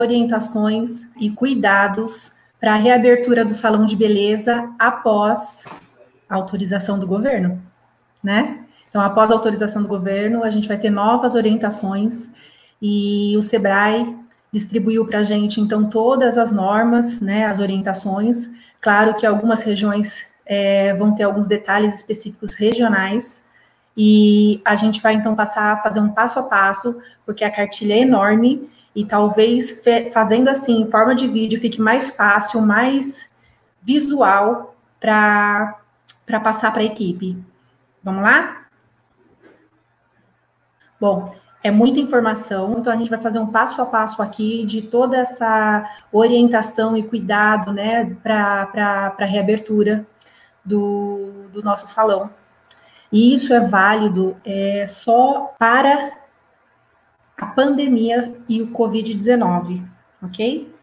orientações e cuidados para a reabertura do salão de beleza após a autorização do governo, né? Então, após a autorização do governo, a gente vai ter novas orientações e o Sebrae distribuiu para a gente, então, todas as normas, né, as orientações. Claro que algumas regiões vão ter alguns detalhes específicos regionais, e a gente vai, então, passar a fazer um passo a passo, porque a cartilha é enorme, e talvez fazendo assim, em forma de vídeo, fique mais fácil, mais visual para passar para a equipe. Vamos lá? Bom, é muita informação, então a gente vai fazer um passo a passo aqui de toda essa orientação e cuidado, né, para a reabertura do nosso salão. E isso é válido só para a pandemia e o Covid-19, ok?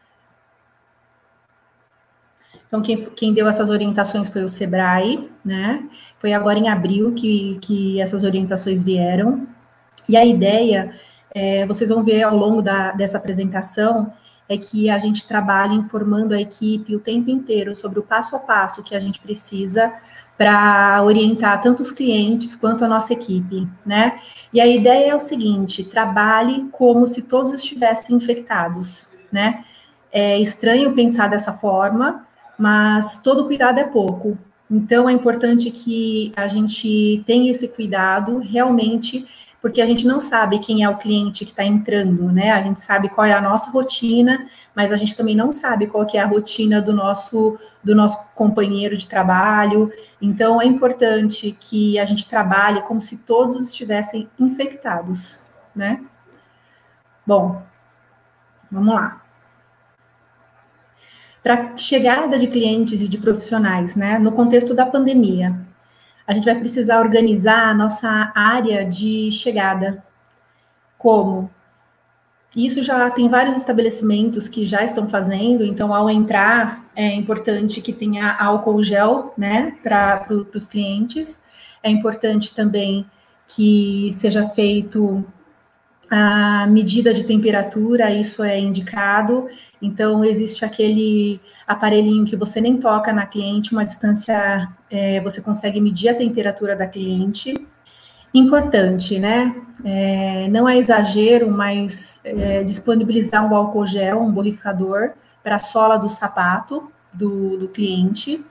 Então, quem deu essas orientações foi o Sebrae, né? Foi agora em abril que essas orientações vieram. E a ideia, vocês vão ver ao longo dessa apresentação, é que a gente trabalha informando a equipe o tempo inteiro sobre o passo a passo que a gente precisa para orientar tanto os clientes quanto a nossa equipe, né? E a ideia é o seguinte: trabalhe como se todos estivessem infectados, né? É estranho pensar dessa forma, mas todo cuidado é pouco. Então, é importante que a gente tenha esse cuidado realmente, porque a gente não sabe quem é o cliente que está entrando, né? A gente sabe qual é a nossa rotina, mas a gente também não sabe qual que é a rotina do nosso companheiro de trabalho. Então, é importante que a gente trabalhe como se todos estivessem infectados, né? Bom, vamos lá. Para chegada de clientes e de profissionais, né? No contexto da pandemia, a gente vai precisar organizar a nossa área de chegada. Como? Isso já tem vários estabelecimentos que já estão fazendo, então, ao entrar, é importante que tenha álcool gel, né, para os clientes. É importante também que seja feito a medida de temperatura, isso é indicado. Então, existe aquele aparelhinho que você nem toca na cliente, uma distância, você consegue medir a temperatura da cliente. Importante, né? Não é exagero, mas disponibilizar um álcool gel, um borrifador, para a sola do sapato do cliente.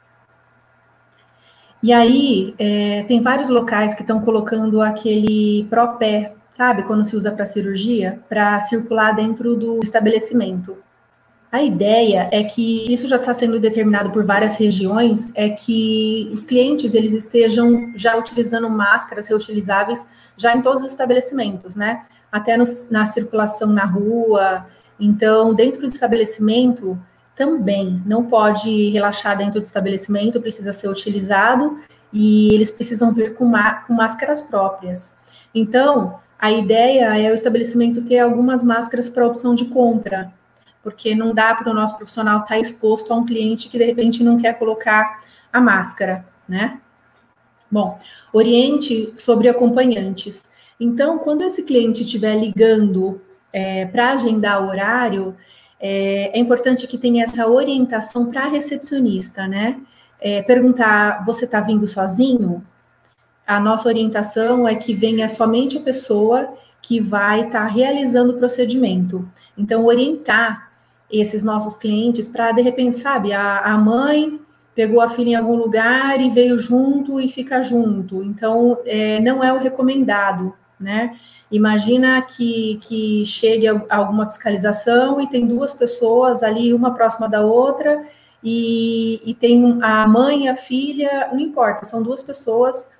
E aí, tem vários locais que estão colocando aquele pró-pé, sabe? Quando se usa para cirurgia, para circular dentro do estabelecimento. A ideia é que isso já está sendo determinado por várias regiões, é que os clientes eles estejam já utilizando máscaras reutilizáveis já em todos os estabelecimentos, né? Até na circulação na rua. Então, dentro do estabelecimento também não pode relaxar dentro do estabelecimento, precisa ser utilizado e eles precisam vir com máscaras próprias. Então, a ideia é o estabelecimento ter algumas máscaras para opção de compra, porque não dá para o nosso profissional estar exposto a um cliente que, de repente, não quer colocar a máscara, né? Bom, oriente sobre acompanhantes. Então, quando esse cliente estiver ligando para agendar o horário, é importante que tenha essa orientação para a recepcionista, né? Perguntar, você está vindo sozinho? A nossa orientação é que venha somente a pessoa que vai estar realizando o procedimento. Então, orientar esses nossos clientes para, de repente, sabe, a mãe pegou a filha em algum lugar e veio junto e fica junto. Então, não é o recomendado, né? Imagina que chegue alguma fiscalização e tem duas pessoas ali, uma próxima da outra, e tem a mãe e a filha, não importa, são duas pessoas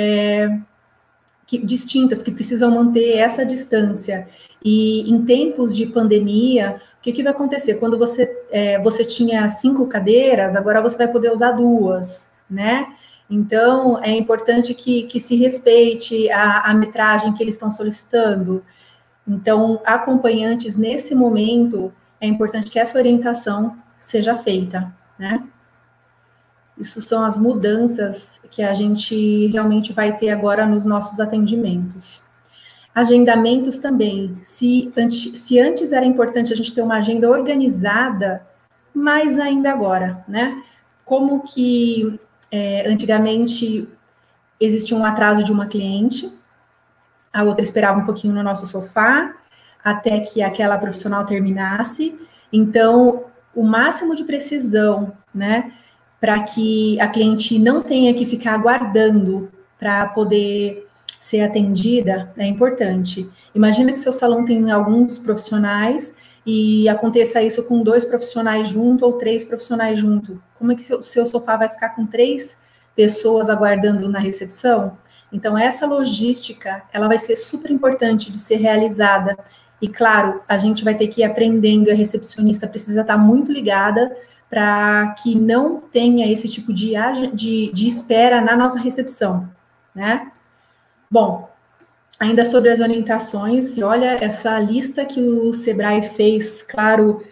distintas, que precisam manter essa distância. E em tempos de pandemia, o que vai acontecer? Quando você tinha 5 cadeiras, agora você vai poder usar 2, né? Então, é importante que se respeite a metragem que eles estão solicitando. Então, acompanhantes, nesse momento, é importante que essa orientação seja feita, né? Isso são as mudanças que a gente realmente vai ter agora nos nossos atendimentos. Agendamentos também. Se antes era importante a gente ter uma agenda organizada, mais ainda agora, né? Como que antigamente existia um atraso de uma cliente, a outra esperava um pouquinho no nosso sofá, até que aquela profissional terminasse. Então, o máximo de precisão, né, para que a cliente não tenha que ficar aguardando para poder ser atendida, é importante. Imagina que seu salão tem alguns profissionais e aconteça isso com 2 profissionais junto ou 3 profissionais junto. Como é que o seu sofá vai ficar com 3 pessoas aguardando na recepção? Então, essa logística, ela vai ser super importante de ser realizada. E, claro, a gente vai ter que ir aprendendo, a recepcionista precisa estar muito ligada para que não tenha esse tipo de espera na nossa recepção, né? Bom, ainda sobre as orientações, e olha essa lista que o Sebrae fez, claro,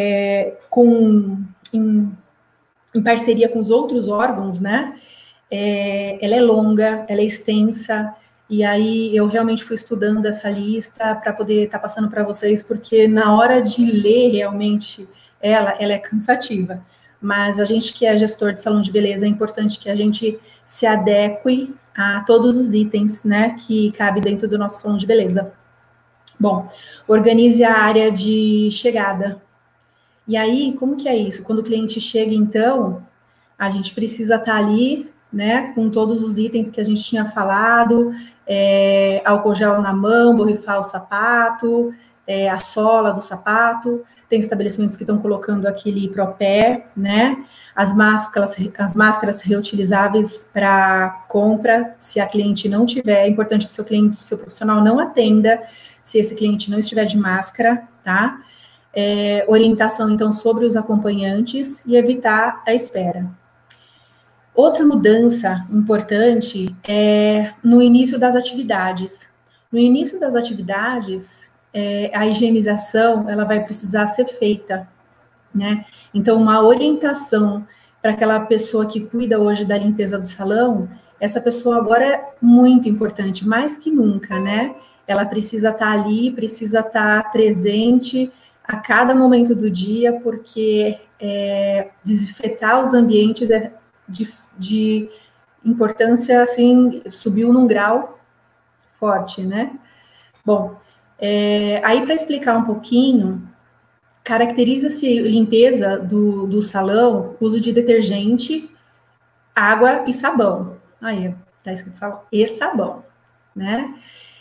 em parceria com os outros órgãos, né? Ela é longa, ela é extensa, e aí eu realmente fui estudando essa lista para poder estar passando para vocês, porque na hora de ler realmente ela é cansativa. Mas a gente que é gestor de salão de beleza, é importante que a gente se adeque a todos os itens, né, que cabe dentro do nosso salão de beleza. Bom, organize a área de chegada. E aí, como que é isso? Quando o cliente chega, então, a gente precisa estar ali, né, com todos os itens que a gente tinha falado, álcool gel na mão, borrifar o sapato, a sola do sapato. Tem estabelecimentos que estão colocando aquele propé, né, as máscaras reutilizáveis para compra, se a cliente não tiver, é importante que seu profissional não atenda se esse cliente não estiver de máscara, tá? Orientação, então, sobre os acompanhantes e evitar a espera. Outra mudança importante é no início das atividades. No início das atividades, a higienização ela vai precisar ser feita, né? Então, uma orientação para aquela pessoa que cuida hoje da limpeza do salão, essa pessoa agora é muito importante, mais que nunca, né? Ela precisa estar ali, precisa estar presente a cada momento do dia, porque desinfetar os ambientes é de importância, assim, subiu num grau forte, né? Bom, aí para explicar um pouquinho, caracteriza-se limpeza do salão, uso de detergente, água e sabão. Aí, tá escrito salão e sabão, né?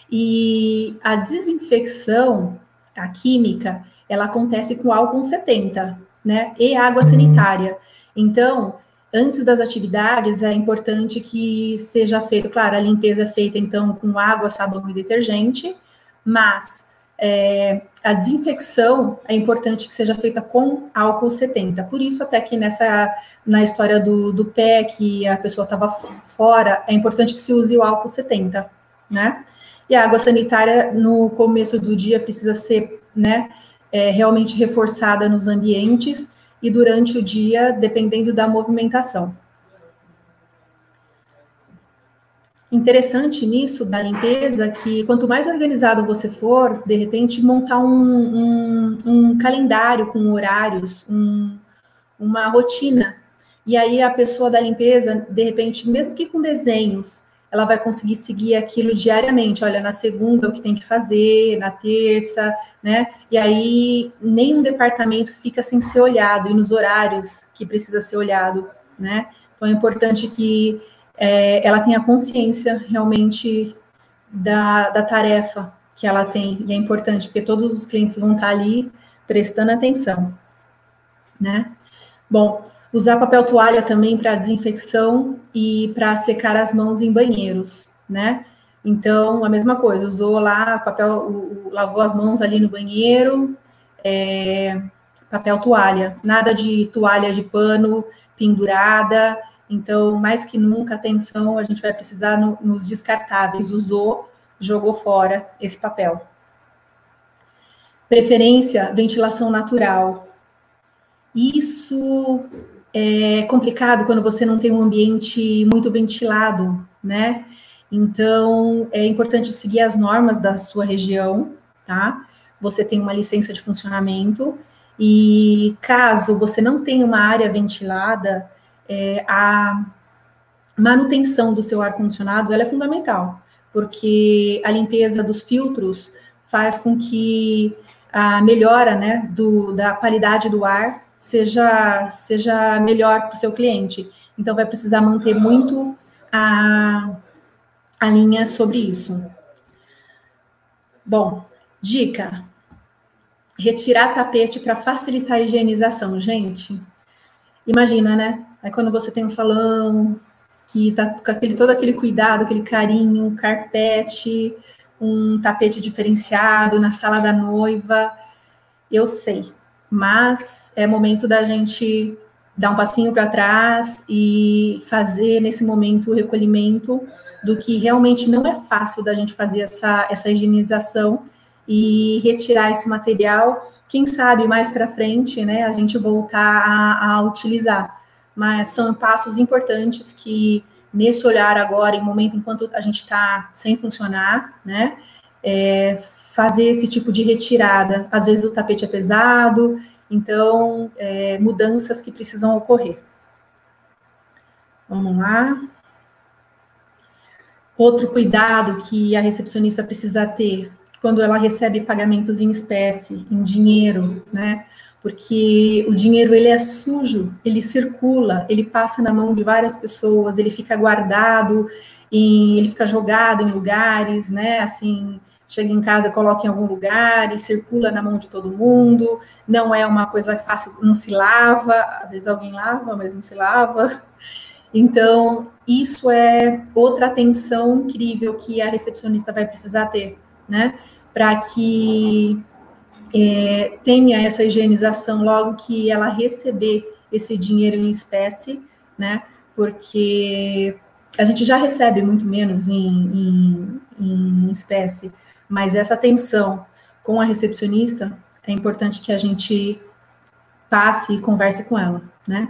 E a desinfecção, a química, ela acontece com álcool 70, né? E água sanitária. Então, antes das atividades, é importante que seja feito, claro, a limpeza é feita, então, com água, sabão e detergente, mas a desinfecção é importante que seja feita com álcool 70. Por isso, até que na história do pé, que a pessoa estava fora, é importante que se use o álcool 70, né? E a água sanitária, no começo do dia, precisa ser, né, realmente reforçada nos ambientes e durante o dia, dependendo da movimentação. Interessante nisso da limpeza que quanto mais organizado você for, de repente montar um calendário com horários, uma rotina. E aí a pessoa da limpeza, de repente, mesmo que com desenhos, ela vai conseguir seguir aquilo diariamente. Olha, na segunda o que tem que fazer, na terça, né? E aí nenhum departamento fica sem ser olhado e nos horários que precisa ser olhado, né? Então é importante que ela tenha consciência realmente da tarefa que ela tem. E é importante, porque todos os clientes vão estar ali prestando atenção, né? Bom, usar papel toalha também para desinfecção e para secar as mãos em banheiros, né? Então, a mesma coisa, usou lá papel, lavou as mãos ali no banheiro, papel toalha, nada de toalha de pano pendurada. Então, mais que nunca, atenção, a gente vai precisar nos descartáveis. Usou, jogou fora esse papel. Preferência, ventilação natural. Isso é complicado quando você não tem um ambiente muito ventilado, né? Então, é importante seguir as normas da sua região, tá? Você tem uma licença de funcionamento e caso você não tenha uma área ventilada, a manutenção do seu ar-condicionado ela é fundamental, porque a limpeza dos filtros faz com que a melhora, né, da qualidade do ar seja melhor para o seu cliente. Então, vai precisar manter muito a linha sobre isso. Bom, dica: retirar tapete para facilitar a higienização. Gente, imagina, né? Aí quando você tem um salão que tá com todo aquele cuidado, aquele carinho, um carpete, um tapete diferenciado na sala da noiva, eu sei, mas é momento da gente dar um passinho para trás e fazer nesse momento o recolhimento do que realmente não é fácil da gente fazer essa higienização e retirar esse material. Quem sabe mais para frente, né, a gente voltar a utilizar. Mas são passos importantes que, nesse olhar agora, em momento enquanto a gente está sem funcionar, né, fazer esse tipo de retirada. Às vezes o tapete é pesado, então, mudanças que precisam ocorrer. Vamos lá. Outro cuidado que a recepcionista precisa ter quando ela recebe pagamentos em espécie, em dinheiro, né? Porque o dinheiro, ele é sujo, ele circula, ele passa na mão de várias pessoas, ele fica guardado, ele fica jogado em lugares, né? Assim, chega em casa, coloca em algum lugar e circula na mão de todo mundo. Não é uma coisa fácil, não se lava. Às vezes alguém lava, mas não se lava. Então, isso é outra atenção incrível que a recepcionista vai precisar ter, né? Para que tenha essa higienização logo que ela receber esse dinheiro em espécie, né? Porque a gente já recebe muito menos em espécie, mas essa atenção com a recepcionista é importante que a gente passe e converse com ela, né?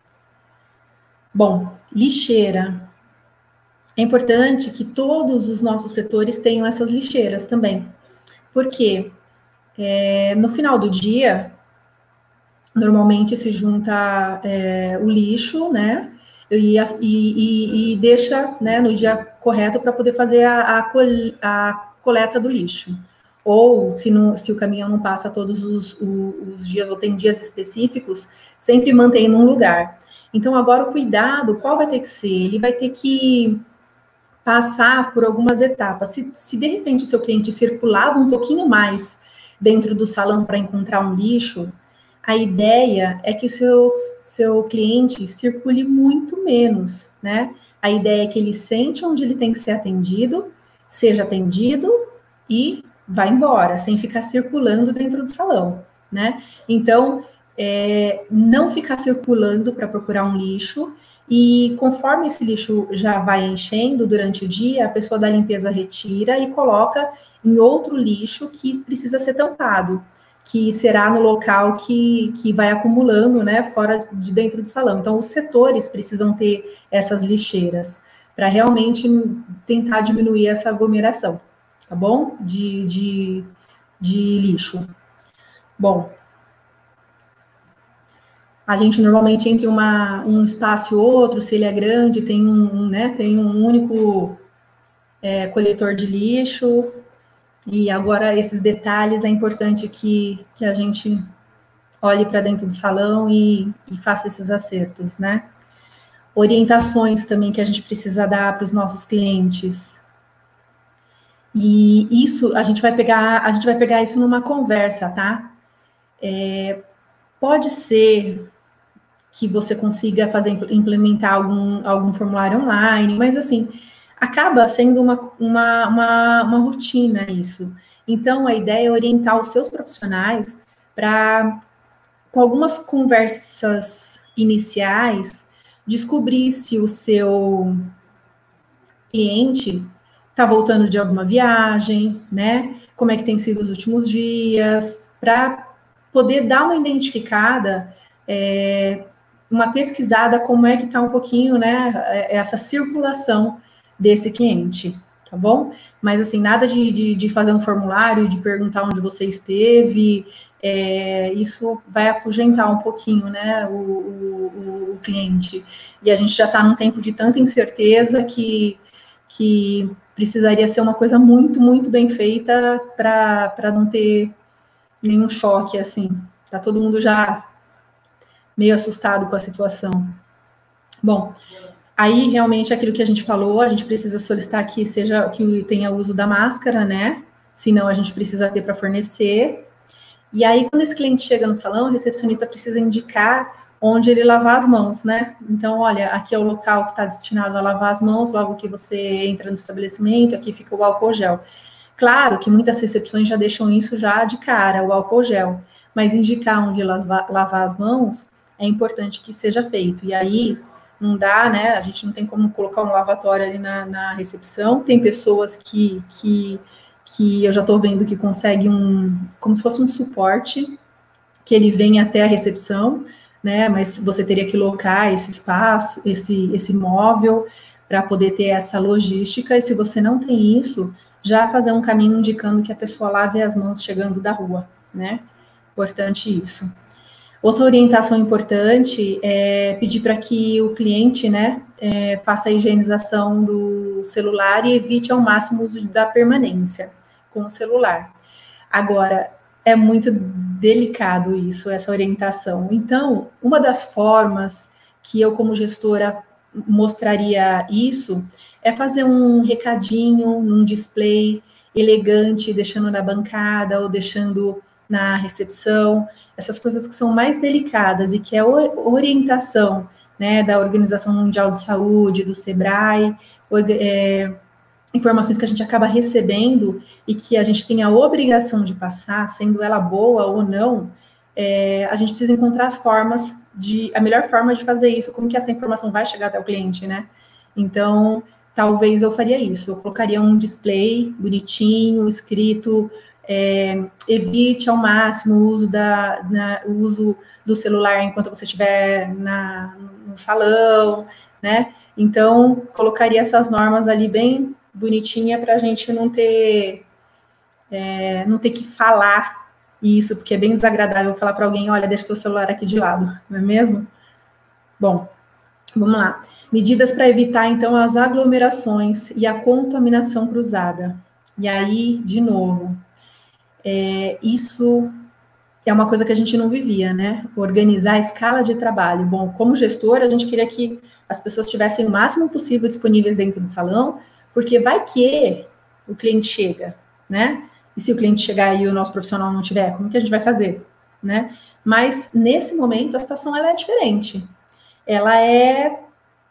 Bom, lixeira. É importante que todos os nossos setores tenham essas lixeiras também. Porque no final do dia, normalmente se junta o lixo, né? E deixa, né, no dia correto para poder fazer a coleta do lixo. Ou se o caminhão não passa todos os dias, ou tem dias específicos, sempre mantém num lugar. Então, agora o cuidado, qual vai ter que ser? Ele vai ter que passar por algumas etapas. Se de repente o seu cliente circulava um pouquinho mais dentro do salão para encontrar um lixo, a ideia é que o seu cliente circule muito menos, né? A ideia é que ele sente onde ele tem que ser atendido, seja atendido e vá embora, sem ficar circulando dentro do salão, né? Então, não ficar circulando para procurar um lixo, e conforme esse lixo já vai enchendo durante o dia, a pessoa da limpeza retira e coloca em outro lixo que precisa ser tampado, que será no local que vai acumulando, né, fora de dentro do salão. Então, os setores precisam ter essas lixeiras para realmente tentar diminuir essa aglomeração, tá bom? De lixo. Bom, a gente normalmente entre um espaço e outro, se ele é grande, tem um único coletor de lixo. E agora esses detalhes é importante que a gente olhe para dentro do salão e faça esses acertos, né? Orientações também que a gente precisa dar para os nossos clientes. E isso a gente vai pegar isso numa conversa, tá? Pode ser que você consiga implementar algum formulário online, mas assim, acaba sendo uma rotina isso. Então, a ideia é orientar os seus profissionais para, com algumas conversas iniciais, descobrir se o seu cliente está voltando de alguma viagem, né? Como é que tem sido os últimos dias, para poder dar uma identificada, uma pesquisada como é que está um pouquinho, né, essa circulação desse cliente, tá bom? Mas, assim, nada de fazer um formulário, de perguntar onde você esteve, isso vai afugentar um pouquinho, né, o cliente. E a gente já está num tempo de tanta incerteza que precisaria ser uma coisa muito, muito bem feita para não ter nenhum choque, assim. Tá todo mundo já meio assustado com a situação. Bom, aí realmente aquilo que a gente falou, a gente precisa solicitar que tenha uso da máscara, né? Senão a gente precisa ter para fornecer. E aí, quando esse cliente chega no salão, o recepcionista precisa indicar onde ele lavar as mãos, né? Então, olha, aqui é o local que está destinado a lavar as mãos, logo que você entra no estabelecimento, aqui fica o álcool gel. Claro que muitas recepções já deixam isso já de cara, o álcool gel, mas indicar onde lavar as mãos é importante que seja feito. E aí, não dá, né? A gente não tem como colocar um lavatório ali na recepção. Tem pessoas que eu já estou vendo que consegue como se fosse um suporte, que ele vem até a recepção, né? Mas você teria que locar esse espaço, esse móvel, para poder ter essa logística. E se você não tem isso, já fazer um caminho indicando que a pessoa lave as mãos chegando da rua, né? Importante isso. Outra orientação importante é pedir para que o cliente, né, faça a higienização do celular e evite ao máximo o uso da permanência com o celular. Agora, é muito delicado isso, essa orientação. Então, uma das formas que eu, como gestora, mostraria isso é fazer um recadinho num display elegante, deixando na bancada ou deixando na recepção, essas coisas que são mais delicadas e que é orientação, né, da Organização Mundial de Saúde, do SEBRAE, informações que a gente acaba recebendo e que a gente tem a obrigação de passar, sendo ela boa ou não, a gente precisa encontrar a melhor forma de fazer isso, como que essa informação vai chegar até o cliente, né? Então, talvez eu faria isso, eu colocaria um display bonitinho, escrito, evite ao máximo o uso do celular enquanto você estiver no salão, né? Então, colocaria essas normas ali bem bonitinha para a gente não ter que falar isso, porque é bem desagradável falar para alguém, olha, deixa seu celular aqui de lado, não é mesmo? Bom, vamos lá. Medidas para evitar, então, as aglomerações e a contaminação cruzada. E aí, de novo, isso é uma coisa que a gente não vivia, né? Organizar a escala de trabalho. Bom, como gestora, a gente queria que as pessoas tivessem o máximo possível disponíveis dentro do salão, porque vai que o cliente chega, né? E se o cliente chegar e o nosso profissional não tiver, como que a gente vai fazer, né? Mas, nesse momento, a situação ela é diferente. Ela é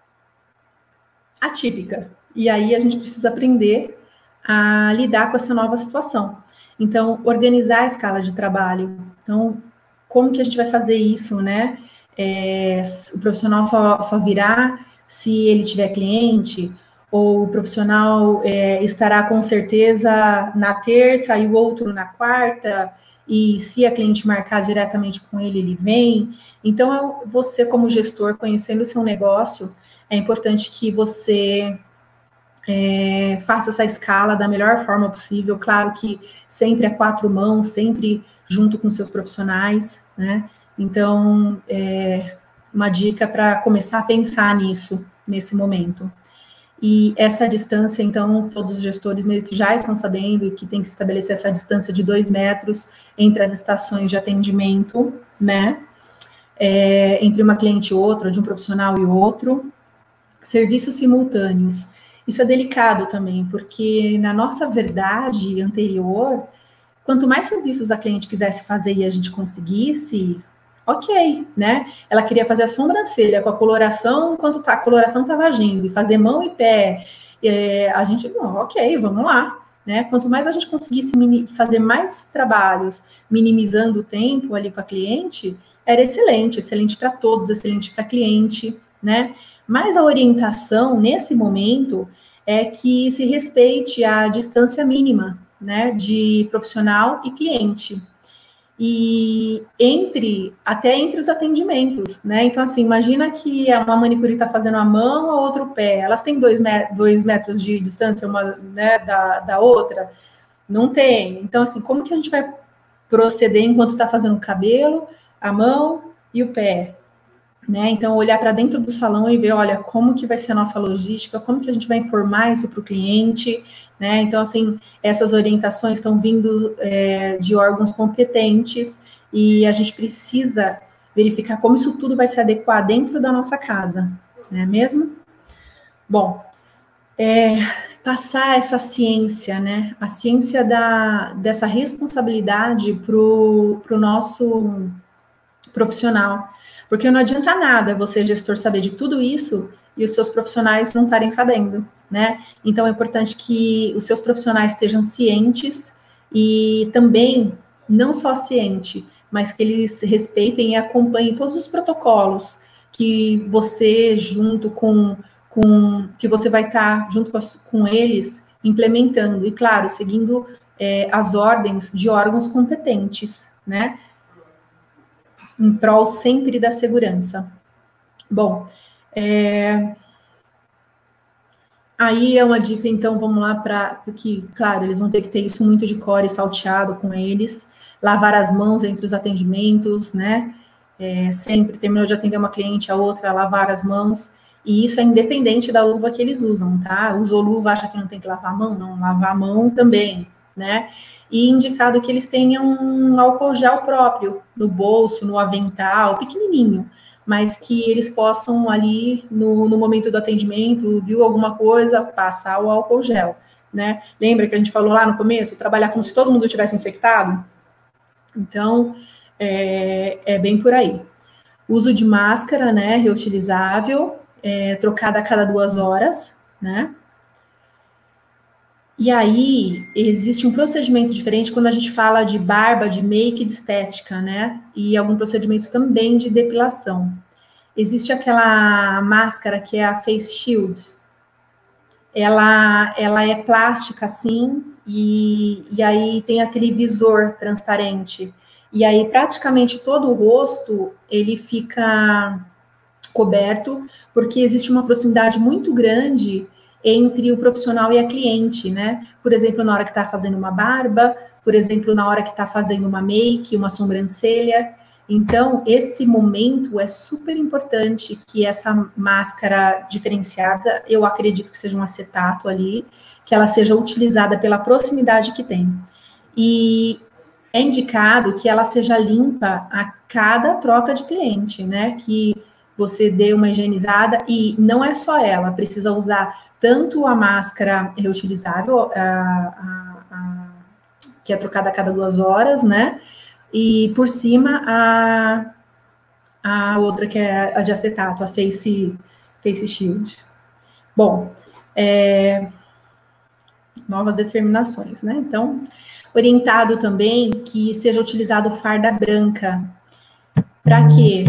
atípica. E aí a gente precisa aprender a lidar com essa nova situação. Então, organizar a escala de trabalho. Então, como que a gente vai fazer isso, né? O profissional só virá se ele tiver cliente, ou o profissional estará com certeza na terça e o outro na quarta, e se a cliente marcar diretamente com ele, ele vem. Então, você como gestor, conhecendo o seu negócio, é importante que você faça essa escala da melhor forma possível. Claro que sempre a 4 mãos, sempre junto com seus profissionais, né? Então, uma dica para começar a pensar nisso, nesse momento. E essa distância, então, todos os gestores meio que já estão sabendo que tem que estabelecer essa distância de 2 metros entre as estações de atendimento, né? Entre uma cliente e outra, de um profissional e outro. Serviços simultâneos. Isso é delicado também, porque na nossa verdade anterior, quanto mais serviços a cliente quisesse fazer e a gente conseguisse, ok, né? Ela queria fazer a sobrancelha com a coloração enquanto a coloração estava agindo, e fazer mão e pé, a gente, ok, vamos lá, né? Quanto mais a gente conseguisse fazer mais trabalhos, minimizando o tempo ali com a cliente, era excelente, excelente para todos, excelente para a cliente, né? Mas a orientação, nesse momento, é que se respeite a distância mínima, né, de profissional e cliente. e até entre os atendimentos, né? Então, assim, imagina que uma manicure está fazendo a mão, a outra o pé. Elas têm 2 metros de distância uma, né, da outra? Não tem. Então, assim, como que a gente vai proceder enquanto está fazendo o cabelo, a mão e o pé? Né? Então, olhar para dentro do salão e ver, olha, como que vai ser a nossa logística, como que a gente vai informar isso para o cliente, né? Então, assim, essas orientações estão vindo de órgãos competentes e a gente precisa verificar como isso tudo vai se adequar dentro da nossa casa, não é mesmo? Bom, passar essa ciência, né? A ciência dessa responsabilidade para o nosso profissional. Porque não adianta nada você, gestor, saber de tudo isso e os seus profissionais não estarem sabendo, né? Então, é importante que os seus profissionais estejam cientes e também, não só ciente, mas que eles respeitem e acompanhem todos os protocolos que você, junto que você vai estar junto com eles, implementando. E, claro, seguindo as ordens de órgãos competentes, né? Em prol sempre da segurança. Bom, aí é uma dica, então, vamos lá porque, claro, eles vão ter que ter isso muito de core salteado com eles, lavar as mãos entre os atendimentos, né? Sempre, terminou de atender uma cliente, a outra, lavar as mãos, e isso é independente da luva que eles usam, tá? Usou luva, acha que não tem que lavar a mão? Não, lavar a mão também, né? E indicado que eles tenham um álcool gel próprio no bolso, no avental, pequenininho, mas que eles possam ali, no momento do atendimento, viu alguma coisa, passar o álcool gel, né? Lembra que a gente falou lá no começo? Trabalhar como se todo mundo tivesse infectado? Então, é bem por aí. Uso de máscara, né, reutilizável, trocada a cada 2 horas, né? E aí, existe um procedimento diferente quando a gente fala de barba, de make, de estética, né? E algum procedimento também de depilação. Existe aquela máscara que é a Face Shield. Ela é plástica, assim, e aí tem aquele visor transparente. E aí, praticamente todo o rosto, ele fica coberto, porque existe uma proximidade muito grande entre o profissional e a cliente, né? Por exemplo, na hora que está fazendo uma barba, por exemplo, na hora que está fazendo uma make, uma sobrancelha. Então, esse momento é super importante que essa máscara diferenciada, eu acredito que seja um acetato ali, que ela seja utilizada pela proximidade que tem. E é indicado que ela seja limpa a cada troca de cliente, né? Que você dê uma higienizada e não é só ela, precisa usar tanto a máscara reutilizável, que é trocada a cada 2 horas, né? E por cima a outra que é a de acetato, a Face Shield. Bom, novas determinações, né? Então, orientado também que seja utilizado farda branca. Para quê?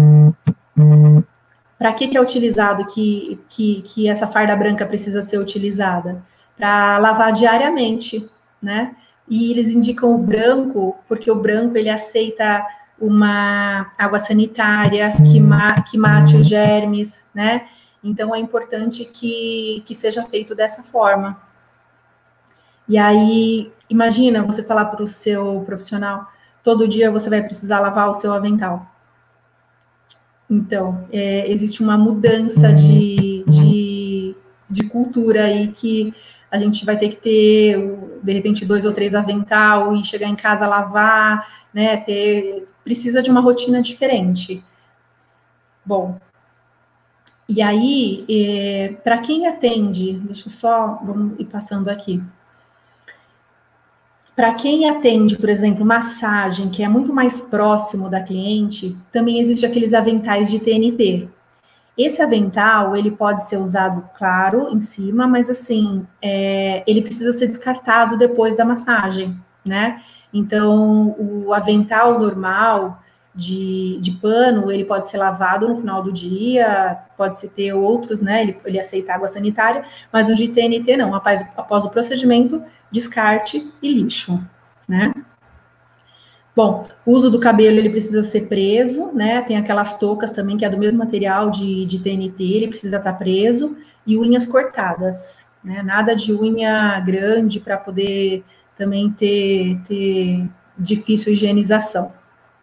Para que é utilizado que essa farda branca precisa ser utilizada? Para lavar diariamente, né? E eles indicam o branco, porque o branco ele aceita uma água sanitária que mate os germes, né? Então é importante que seja feito dessa forma. E aí, imagina você falar para o seu profissional, todo dia você vai precisar lavar o seu avental. Então, existe uma mudança de cultura aí que a gente vai ter que ter, de repente, 2 ou 3 avental e chegar em casa lavar, né? Precisa de uma rotina diferente. Bom, e aí, para quem atende, deixa eu só, vamos ir passando aqui. Para quem atende, por exemplo, massagem, que é muito mais próximo da cliente, também existe aqueles aventais de TNT. Esse avental, ele pode ser usado, claro, em cima, mas assim, ele precisa ser descartado depois da massagem, né? Então, o avental normal de pano, ele pode ser lavado no final do dia, pode-se ter outros, né? Ele aceita água sanitária, mas o de TNT não, após o procedimento, descarte e lixo, né? Bom, o uso do cabelo, ele precisa ser preso, né? Tem aquelas toucas também, que é do mesmo material de TNT, ele precisa estar preso, e unhas cortadas, né? Nada de unha grande para poder também ter difícil higienização.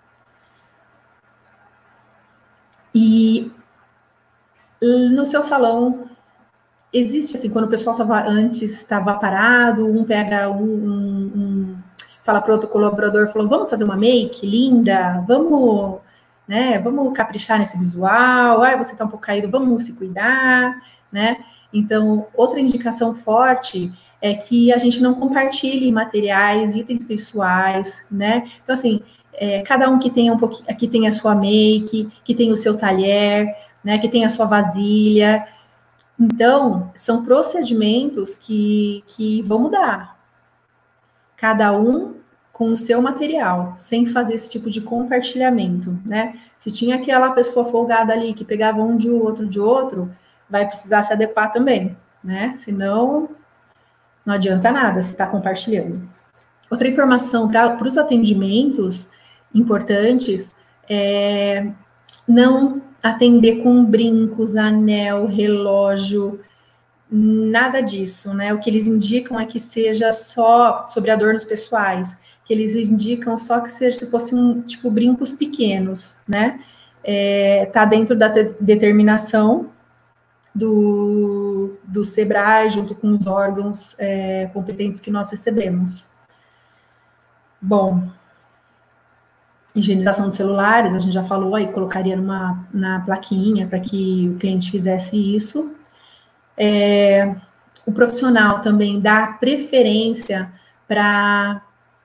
E no seu salão, existe assim, quando o pessoal estava parado, um pega fala para outro colaborador, falou, vamos fazer uma make linda, vamos, né, vamos caprichar nesse visual, você está um pouco caído, vamos se cuidar, né? Então, outra indicação forte é que a gente não compartilhe materiais, itens pessoais, né? Então, assim, cada um que tenha um pouquinho, que tenha a sua make, que tenha o seu talher, né, que tenha a sua vasilha. Então, são procedimentos que vão mudar. Cada um com o seu material, sem fazer esse tipo de compartilhamento, né? Se tinha aquela pessoa folgada ali que pegava um de outro, vai precisar se adequar também, né? Senão, não adianta nada se está compartilhando. Outra informação para os atendimentos importantes é não atender com brincos, anel, relógio, nada disso, né? O que eles indicam é que seja só sobre adornos pessoais, que eles indicam só que seja se fossem tipo brincos pequenos, né? Tá dentro da determinação do SEBRAE, junto com os órgãos competentes que nós recebemos. Bom, higienização dos celulares, a gente já falou aí, colocaria na plaquinha para que o cliente fizesse isso. O profissional também dá preferência para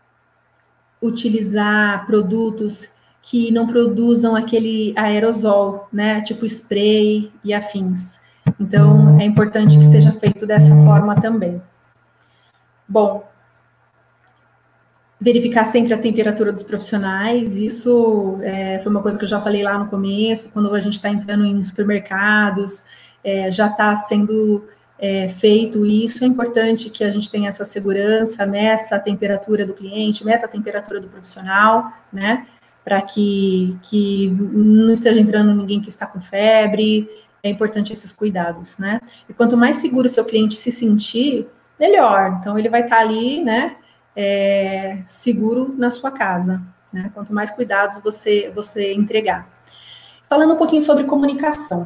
utilizar produtos que não produzam aquele aerosol, né, tipo spray e afins. Então, é importante que seja feito dessa forma também. Bom, verificar sempre a temperatura dos profissionais, isso foi uma coisa que eu já falei lá no começo, quando a gente está entrando em supermercados, já está sendo feito isso, é importante que a gente tenha essa segurança, meça a temperatura do cliente, meça a temperatura do profissional, né, para que não esteja entrando ninguém que está com febre, é importante esses cuidados, né, e quanto mais seguro o seu cliente se sentir, melhor, então ele vai estar ali, né, seguro na sua casa, né, quanto mais cuidados você entregar. Falando um pouquinho sobre comunicação,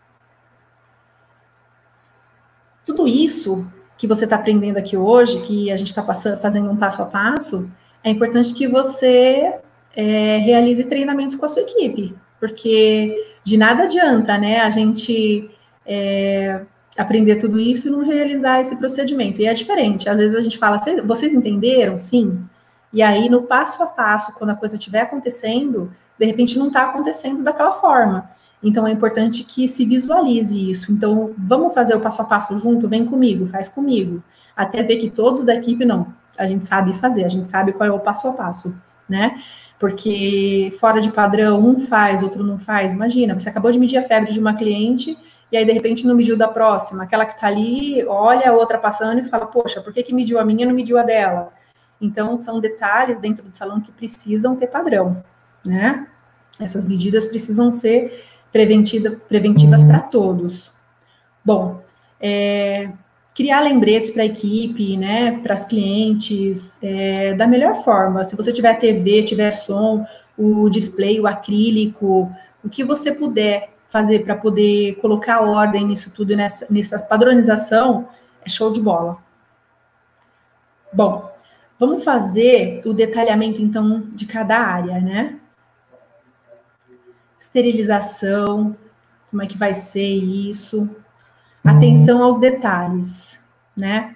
tudo isso que você está aprendendo aqui hoje, que a gente está fazendo um passo a passo, é importante que você realize treinamentos com a sua equipe, porque de nada adianta, né, a gente aprender tudo isso e não realizar esse procedimento. E é diferente, às vezes a gente fala, vocês entenderam? Sim. E aí, no passo a passo, quando a coisa estiver acontecendo, de repente não está acontecendo daquela forma. Então, é importante que se visualize isso. Então, vamos fazer o passo a passo junto? Vem comigo, faz comigo. Até ver que todos da equipe, não, a gente sabe fazer, a gente sabe qual é o passo a passo, né? Porque fora de padrão, um faz, outro não faz. Imagina, você acabou de medir a febre de uma cliente e aí, de repente, não mediu da próxima. Aquela que tá ali, olha a outra passando e fala, poxa, por que mediu a minha e não mediu a dela? Então, são detalhes dentro do salão que precisam ter padrão, né? Essas medidas precisam ser preventivas para todos. Bom, criar lembretes para a equipe, né, para as clientes, da melhor forma. Se você tiver TV, tiver som, o display, o acrílico, o que você puder fazer para poder colocar ordem nisso tudo, nessa padronização, é show de bola. Bom, vamos fazer o detalhamento, então, de cada área, né? Esterilização, como é que vai ser isso? Atenção aos detalhes, né?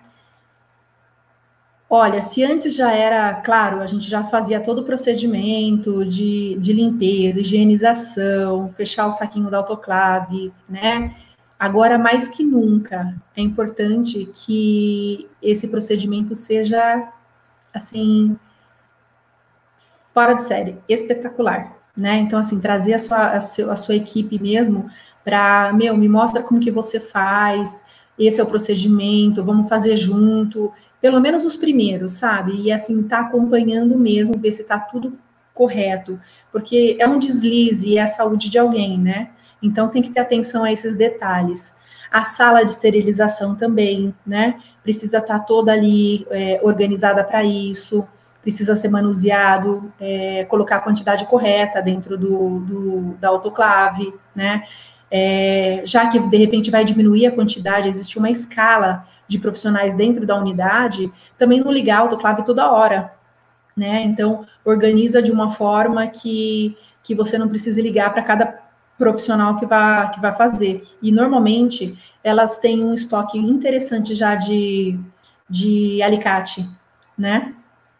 Olha, se antes já era, claro, a gente já fazia todo o procedimento de limpeza, higienização, fechar o saquinho da autoclave, né? Agora, mais que nunca, é importante que esse procedimento seja, assim, fora de série, espetacular, né? Então, assim, trazer a sua equipe mesmo para, me mostra como que você faz, esse é o procedimento, vamos fazer junto, pelo menos os primeiros, sabe? E, assim, tá acompanhando mesmo, ver se tá tudo correto, porque é um deslize e é a saúde de alguém, né? Então tem que ter atenção a esses detalhes. A sala de esterilização também, né? Precisa estar toda ali organizada para isso, precisa ser manuseado, colocar a quantidade correta dentro da autoclave, né? Já que de repente vai diminuir a quantidade, existe uma escala de profissionais dentro da unidade, também não ligar a autoclave toda hora, né? Então, organiza de uma forma que você não precise ligar para cada profissional que vai fazer. E, normalmente, elas têm um estoque interessante já de alicate, né?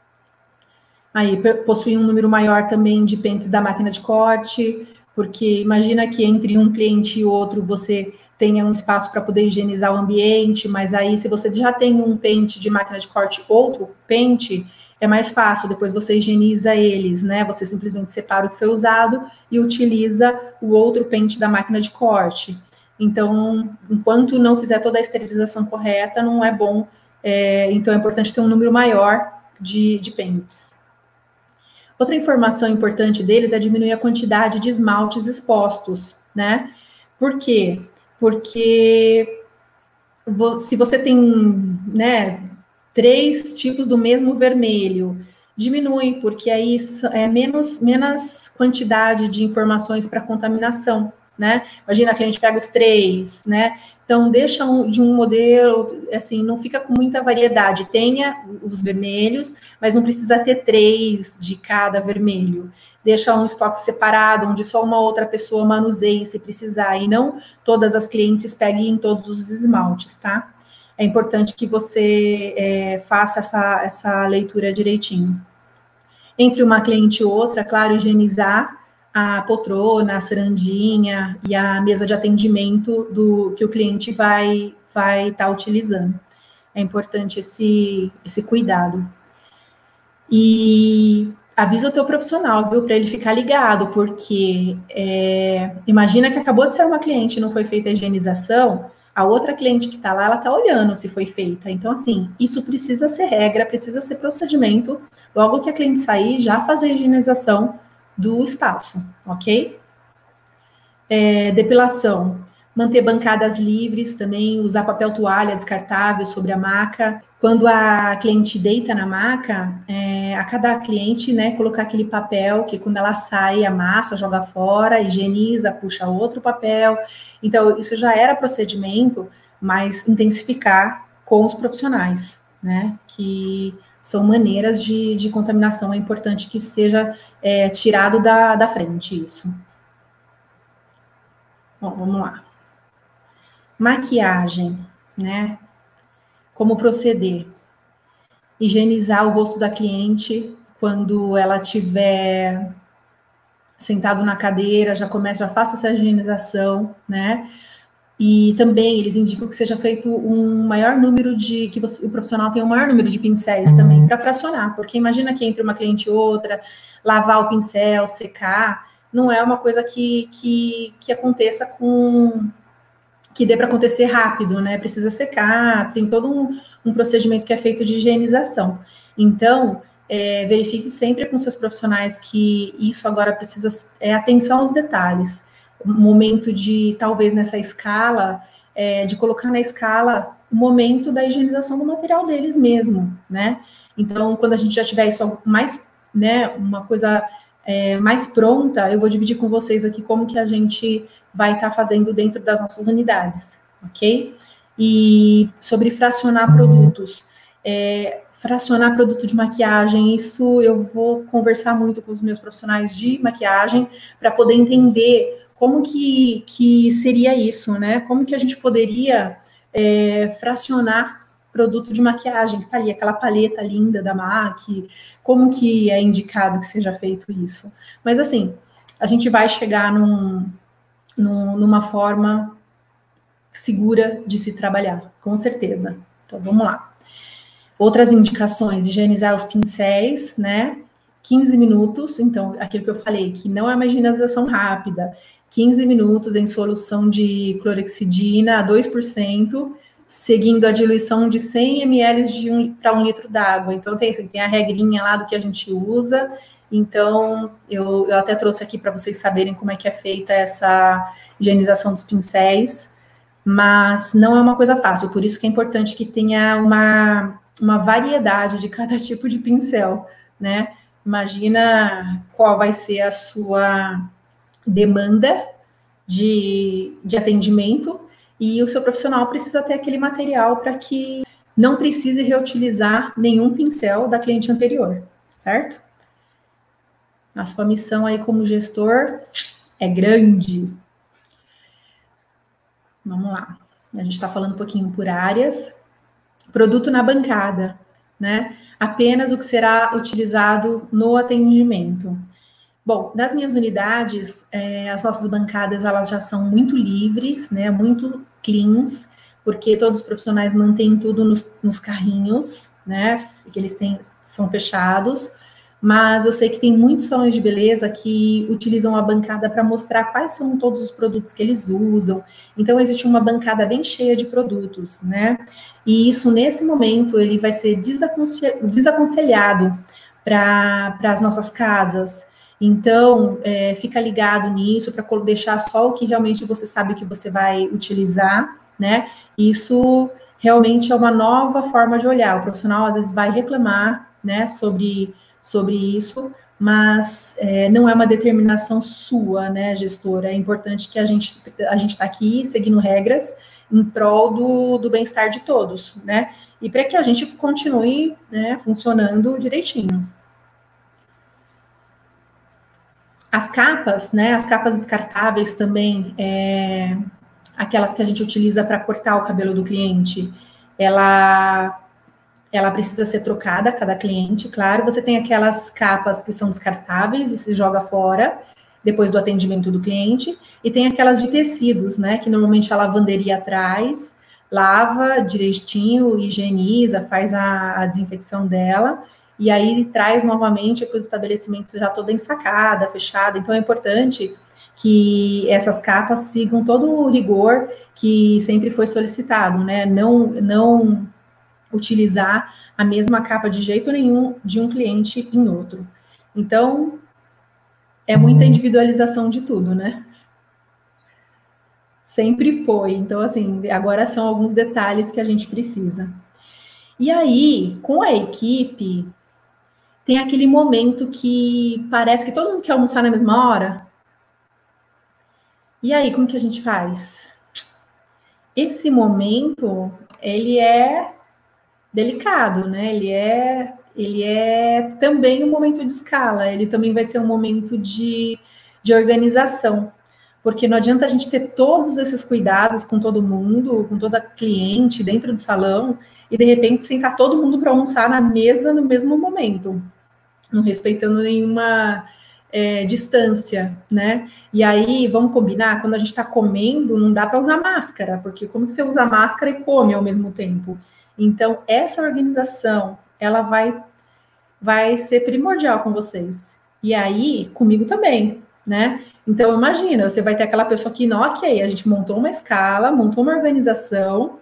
Aí, possui um número maior também de pentes da máquina de corte, porque imagina que entre um cliente e outro você tenha um espaço para poder higienizar o ambiente, mas aí se você já tem um pente de máquina de corte, outro pente, é mais fácil, depois você higieniza eles, né? Você simplesmente separa o que foi usado e utiliza o outro pente da máquina de corte. Então, enquanto não fizer toda a esterilização correta, não é bom. Então, é importante ter um número maior de pentes. Outra informação importante deles é diminuir a quantidade de esmaltes expostos, né? Por quê? Porque se você tem, né, 3 tipos do mesmo vermelho, diminui, porque aí é menos quantidade de informações para contaminação, né? Imagina que a gente pega os 3, né? Então, deixa de um modelo, assim, não fica com muita variedade. Tenha os vermelhos, mas não precisa ter 3 de cada vermelho. Deixa um estoque separado, onde só uma outra pessoa manuseie se precisar, e não todas as clientes peguem todos os esmaltes, tá? É importante que você faça essa leitura direitinho. Entre uma cliente e outra, claro, higienizar a poltrona, a cirandinha e a mesa de atendimento do que o cliente vai estar utilizando. É importante esse cuidado. E avisa o teu profissional, viu, para ele ficar ligado, porque imagina que acabou de sair uma cliente e não foi feita a higienização, a outra cliente que está lá, ela está olhando se foi feita. Então, assim, isso precisa ser regra, precisa ser procedimento. Logo que a cliente sair, já fazer a higienização do espaço, ok? Depilação. Manter bancadas livres também, usar papel toalha descartável sobre a maca. Quando a cliente deita na maca, a cada cliente, né, colocar aquele papel que quando ela sai, amassa, joga fora, higieniza, puxa outro papel. Então, isso já era procedimento, mas intensificar com os profissionais, né, que são maneiras de contaminação. É importante que seja tirado da frente isso. Bom, vamos lá. Maquiagem, né? Como proceder? Higienizar o rosto da cliente quando ela estiver sentado na cadeira, já faça essa higienização, né? E também eles indicam que seja feito um maior número o profissional tenha um maior número de pincéis também, para fracionar, porque imagina que entre uma cliente e outra, lavar o pincel, secar, não é uma coisa que aconteça que dê para acontecer rápido, né? Precisa secar, tem todo um procedimento que é feito de higienização. Então, verifique sempre com seus profissionais que isso agora precisa atenção aos detalhes. Um momento de, talvez nessa escala, de colocar na escala o momento da higienização do material deles mesmo, né? Então, quando a gente já tiver isso mais, né, uma coisa mais pronta, eu vou dividir com vocês aqui como que a gente vai estar fazendo dentro das nossas unidades, ok? E sobre fracionar produtos. Fracionar produto de maquiagem, isso eu vou conversar muito com os meus profissionais de maquiagem para poder entender como que seria isso, né? Como que a gente poderia fracionar produto de maquiagem, que tá ali, aquela paleta linda da MAC, como que é indicado que seja feito isso. Mas, assim, a gente vai chegar numa forma segura de se trabalhar, com certeza. Então, vamos lá. Outras indicações, higienizar os pincéis, né? 15 minutos, então, aquilo que eu falei, que não é uma higienização rápida, 15 minutos em solução de clorexidina a 2%, seguindo a diluição de 100 ml para 1 litro d'água. Então, tem a regrinha lá do que a gente usa, Então, eu até trouxe aqui para vocês saberem como é que é feita essa higienização dos pincéis, mas não é uma coisa fácil, por isso que é importante que tenha uma variedade de cada tipo de pincel, né? Imagina qual vai ser a sua demanda de atendimento, e o seu profissional precisa ter aquele material para que não precise reutilizar nenhum pincel da cliente anterior, certo? A sua missão aí como gestor é grande. Vamos lá. A gente está falando um pouquinho por áreas. Produto na bancada, né? Apenas o que será utilizado no atendimento. Bom, das minhas unidades, as nossas bancadas, elas já são muito livres, né? Muito cleans, porque todos os profissionais mantêm tudo nos carrinhos, né? Que eles são fechados. Mas eu sei que tem muitos salões de beleza que utilizam a bancada para mostrar quais são todos os produtos que eles usam. Então, existe uma bancada bem cheia de produtos, né? E isso, nesse momento, ele vai ser desaconselhado para as nossas casas. Então, fica ligado nisso para deixar só o que realmente você sabe que você vai utilizar, né? Isso realmente é uma nova forma de olhar. O profissional, às vezes, vai reclamar, né, sobre isso, mas não é uma determinação sua, né, gestora. É importante que a gente está aqui seguindo regras em prol do bem-estar de todos, né? E para que a gente continue, né, funcionando direitinho. As capas, né? As capas descartáveis também, aquelas que a gente utiliza para cortar o cabelo do cliente, ela precisa ser trocada a cada cliente, claro. Você tem aquelas capas que são descartáveis e se joga fora depois do atendimento do cliente, e tem aquelas de tecidos, né, que normalmente a lavanderia traz, lava direitinho, higieniza, faz a desinfecção dela, e aí traz novamente para os estabelecimentos já toda ensacada, fechada. Então é importante que essas capas sigam todo o rigor que sempre foi solicitado, né, não utilizar a mesma capa de jeito nenhum de um cliente em outro. Então, é muita individualização de tudo, né? Sempre foi. Então, assim, agora são alguns detalhes que a gente precisa. E aí, com a equipe, tem aquele momento que parece que todo mundo quer almoçar na mesma hora. E aí, como que a gente faz? Esse momento, ele é delicado, né? Ele é também um momento de escala, ele também vai ser um momento de organização, porque não adianta a gente ter todos esses cuidados com todo mundo, com toda cliente dentro do salão, e de repente sentar todo mundo para almoçar na mesa no mesmo momento, não respeitando nenhuma distância, né? E aí, vamos combinar, quando a gente está comendo, não dá para usar máscara, porque como que você usa máscara e come ao mesmo tempo? Então, essa organização, ela vai ser primordial com vocês. E aí, comigo também, né? Então, imagina, você vai ter aquela pessoa que, não, ok, a gente montou uma escala, montou uma organização,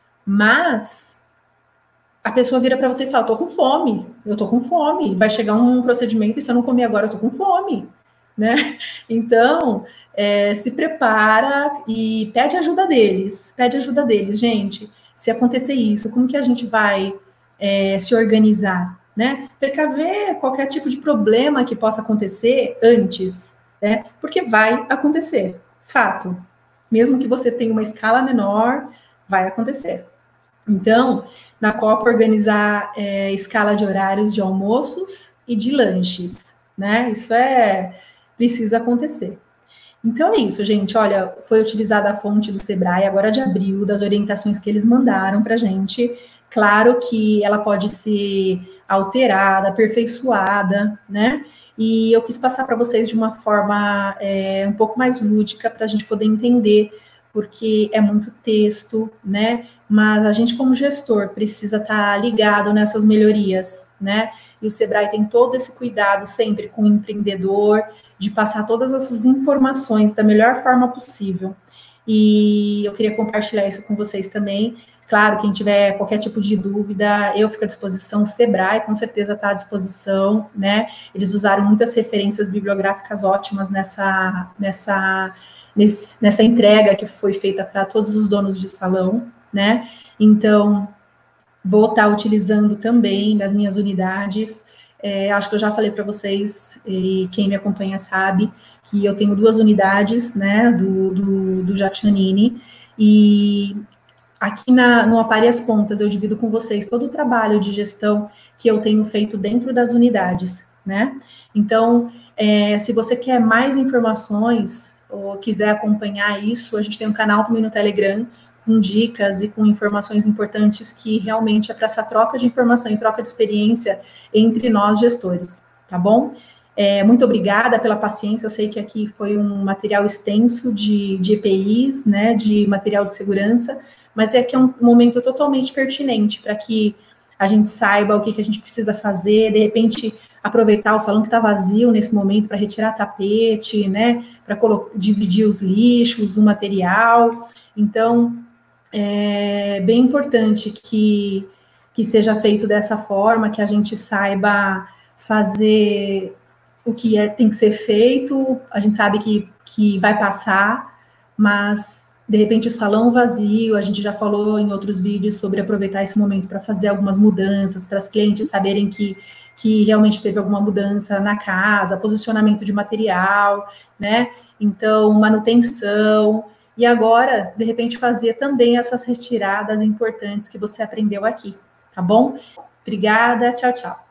mas a pessoa vira para você e fala, tô com fome, eu tô com fome, vai chegar um procedimento e se eu não comer agora, eu tô com fome, né? Então, se prepara e pede ajuda deles, gente. Se acontecer isso, como que a gente vai se organizar, né? Precaver qualquer tipo de problema que possa acontecer antes, né? Porque vai acontecer, fato. Mesmo que você tenha uma escala menor, vai acontecer. Então, na Copa, organizar escala de horários de almoços e de lanches, né? Isso precisa acontecer. Então é isso, gente. Olha, foi utilizada a fonte do Sebrae agora de abril, das orientações que eles mandaram para a gente. Claro que ela pode ser alterada, aperfeiçoada, né? E eu quis passar para vocês de uma forma um pouco mais lúdica para a gente poder entender, porque é muito texto, né? Mas a gente, como gestor, precisa estar ligado nessas melhorias, né? E o Sebrae tem todo esse cuidado sempre com o empreendedor, de passar todas essas informações da melhor forma possível. E eu queria compartilhar isso com vocês também. Claro, quem tiver qualquer tipo de dúvida, eu fico à disposição, o Sebrae com certeza está à disposição, né? Eles usaram muitas referências bibliográficas ótimas nessa entrega que foi feita para todos os donos de salão, né? Então, vou estar utilizando também nas minhas unidades. Acho que eu já falei para vocês, e quem me acompanha sabe, que eu tenho 2 unidades, né, do Jatianini, e aqui no Apare as Pontas, eu divido com vocês todo o trabalho de gestão que eu tenho feito dentro das unidades, né? Então, se você quer mais informações ou quiser acompanhar isso, a gente tem um canal também no Telegram com dicas e com informações importantes que realmente é para essa troca de informação e troca de experiência entre nós gestores, tá bom? Muito obrigada pela paciência, eu sei que aqui foi um material extenso de EPIs, né, de material de segurança, mas é que é um momento totalmente pertinente para que a gente saiba o que a gente precisa fazer, de repente aproveitar o salão que está vazio nesse momento para retirar tapete, né, para dividir os lixos, o material. Então, é bem importante que seja feito dessa forma, que a gente saiba fazer o que tem que ser feito, a gente sabe que vai passar, mas de repente o salão vazio, a gente já falou em outros vídeos sobre aproveitar esse momento para fazer algumas mudanças, para as clientes saberem que realmente teve alguma mudança na casa, posicionamento de material, né? Então, manutenção. E agora, de repente, fazer também essas retiradas importantes que você aprendeu aqui, tá bom? Obrigada, tchau, tchau.